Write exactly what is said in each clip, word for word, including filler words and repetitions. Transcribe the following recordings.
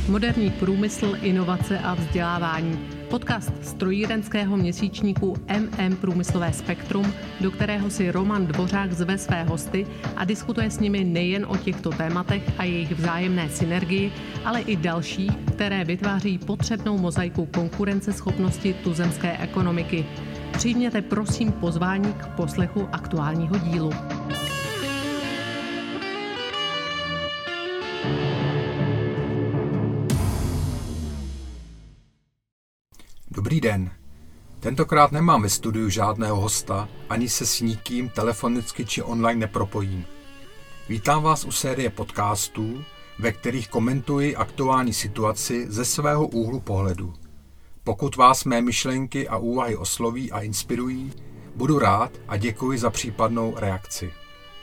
Moderní průmysl, inovace a vzdělávání. Podcast strojírenského měsíčníku M M Průmyslové spektrum, do kterého si Roman Dvořák zve své hosty a diskutuje s nimi nejen o těchto tématech a jejich vzájemné synergii, ale i další, které vytváří potřebnou mozaiku konkurenceschopnosti tuzemské ekonomiky. Přijměte prosím pozvání k poslechu aktuálního dílu. Dobrý den. Tentokrát nemám ve studiu žádného hosta, ani se s nikým telefonicky či online nepropojím. Vítám vás u série podcastů, ve kterých komentuji aktuální situaci ze svého úhlu pohledu. Pokud vás mé myšlenky a úvahy osloví a inspirují, budu rád a děkuji za případnou reakci.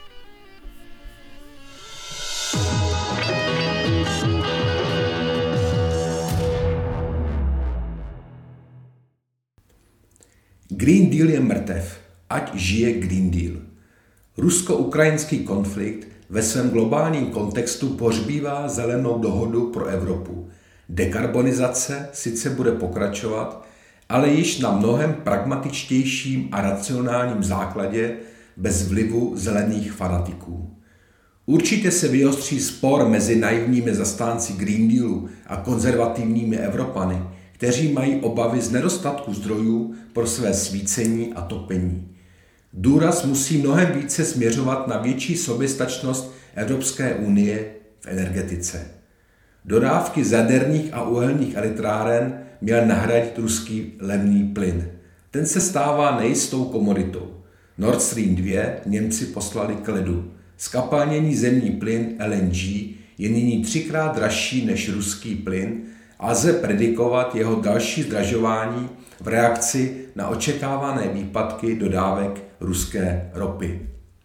Green Deal je mrtev, ať žije Green Deal. Rusko-ukrajinský konflikt ve svém globálním kontextu pohřbívá zelenou dohodu pro Evropu. Dekarbonizace sice bude pokračovat, ale již na mnohem pragmatičtějším a racionálním základě bez vlivu zelených fanatiků. Určitě se vyostří spor mezi naivními zastánci Green Dealu a konzervativními Evropany, kteří mají obavy z nedostatku zdrojů pro své svícení a topení. Důraz musí mnohem více směřovat na větší soběstačnost Evropské unie v energetice. Dodávky z jaderných a uhelných elektráren měl nahradit ruský levný plyn. Ten se stává nejistou komoditou. Nord Stream dva Němci poslali k ledu. Zkapalněný zemní plyn L N G je nyní třikrát dražší než ruský plyn a lze predikovat jeho další zdražování v reakci na očekávané výpadky dodávek ruské ropy.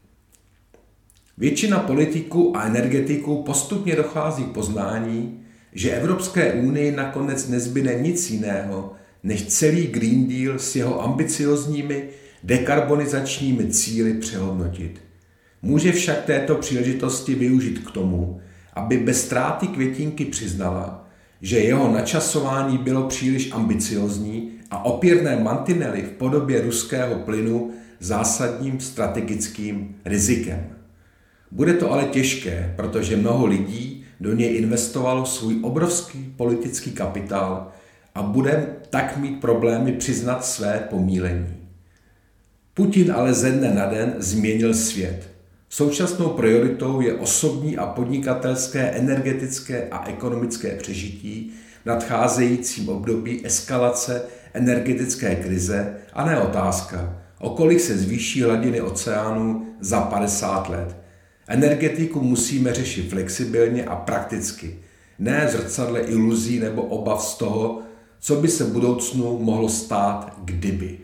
Většina politiků a energetiků postupně dochází k poznání, že Evropské unii nakonec nezbyde nic jiného, než celý Green Deal s jeho ambiciozními dekarbonizačními cíli přehodnotit. Může však této příležitosti využít k tomu, aby bez ztráty květinky přiznala, že jeho načasování bylo příliš ambiciozní a opěrné mantinely v podobě ruského plynu zásadním strategickým rizikem. Bude to ale těžké, protože mnoho lidí do něj investovalo svůj obrovský politický kapitál a bude tak mít problémy přiznat své pomílení. Putin ale ze dne na den změnil svět. Současnou prioritou je osobní a podnikatelské, energetické a ekonomické přežití v nadcházejícím období eskalace energetické krize a ne otázka, o kolik se zvýší hladiny oceánů za padesát let. Energetiku musíme řešit flexibilně a prakticky, ne v zrcadle iluzí nebo obav z toho, co by se v budoucnu mohlo stát, kdyby.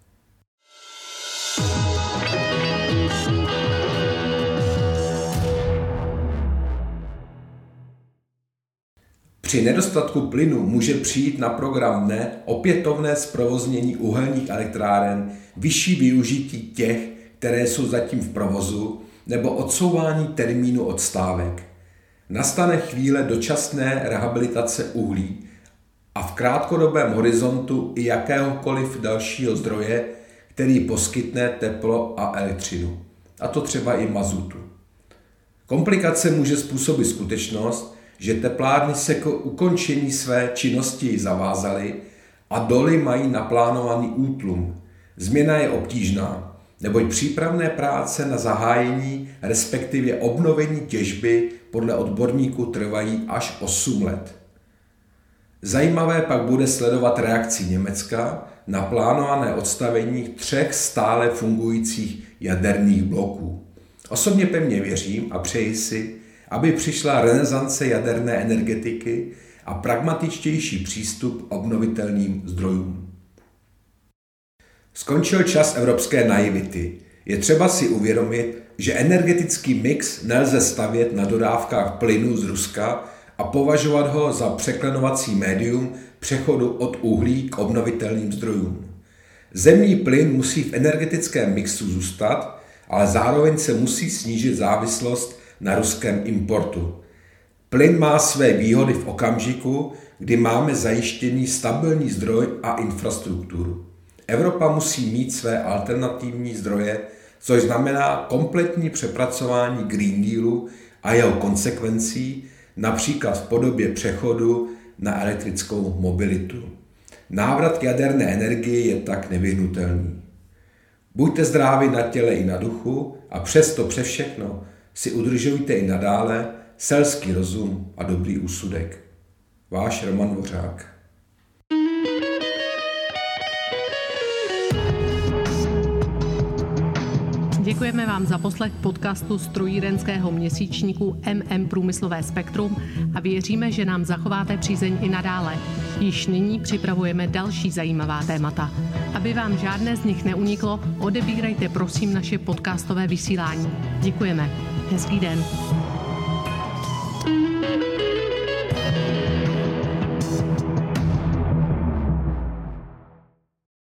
Při nedostatku plynu může přijít na program dne opětovné zprovoznění uhelných elektráren, vyšší využití těch, které jsou zatím v provozu, nebo odsouvání termínu odstávek. Nastane chvíle dočasné rehabilitace uhlí a v krátkodobém horizontu i jakéhokoliv dalšího zdroje, který poskytne teplo a elektřinu, a to třeba i mazutu. Komplikace může způsobit skutečnost, že teplárny se k ukončení své činnosti zavázaly a doly mají naplánovaný útlum. Změna je obtížná, neboť přípravné práce na zahájení, respektive obnovení těžby podle odborníků trvají až osm let. Zajímavé pak bude sledovat reakci Německa na plánované odstavení třech stále fungujících jaderných bloků. Osobně pevně věřím a přeji si, aby přišla renesance jaderné energetiky a pragmatičtější přístup k obnovitelným zdrojům. Skončil čas evropské naivity. Je třeba si uvědomit, že energetický mix nelze stavět na dodávkách plynu z Ruska a považovat ho za překlenovací médium přechodu od uhlí k obnovitelným zdrojům. Zemní plyn musí v energetickém mixu zůstat, ale zároveň se musí snížit závislost na ruském importu. Plyn má své výhody v okamžiku, kdy máme zajištěný stabilní zdroj a infrastrukturu. Evropa musí mít své alternativní zdroje, což znamená kompletní přepracování Green Dealu a jeho konsekvencí, například v podobě přechodu na elektrickou mobilitu. Návrat k jaderné energii je tak nevyhnutelný. Buďte zdraví na těle i na duchu a přesto přes všechno si udržujte i nadále selský rozum a dobrý úsudek. Váš Roman Dvořák. Děkujeme vám za poslech podcastu strojírenského měsíčníku M M Průmyslové spektrum a věříme, že nám zachováte přízeň i nadále. Již nyní připravujeme další zajímavá témata. Aby vám žádné z nich neuniklo, odebírejte prosím naše podcastové vysílání. Děkujeme. Hezký den.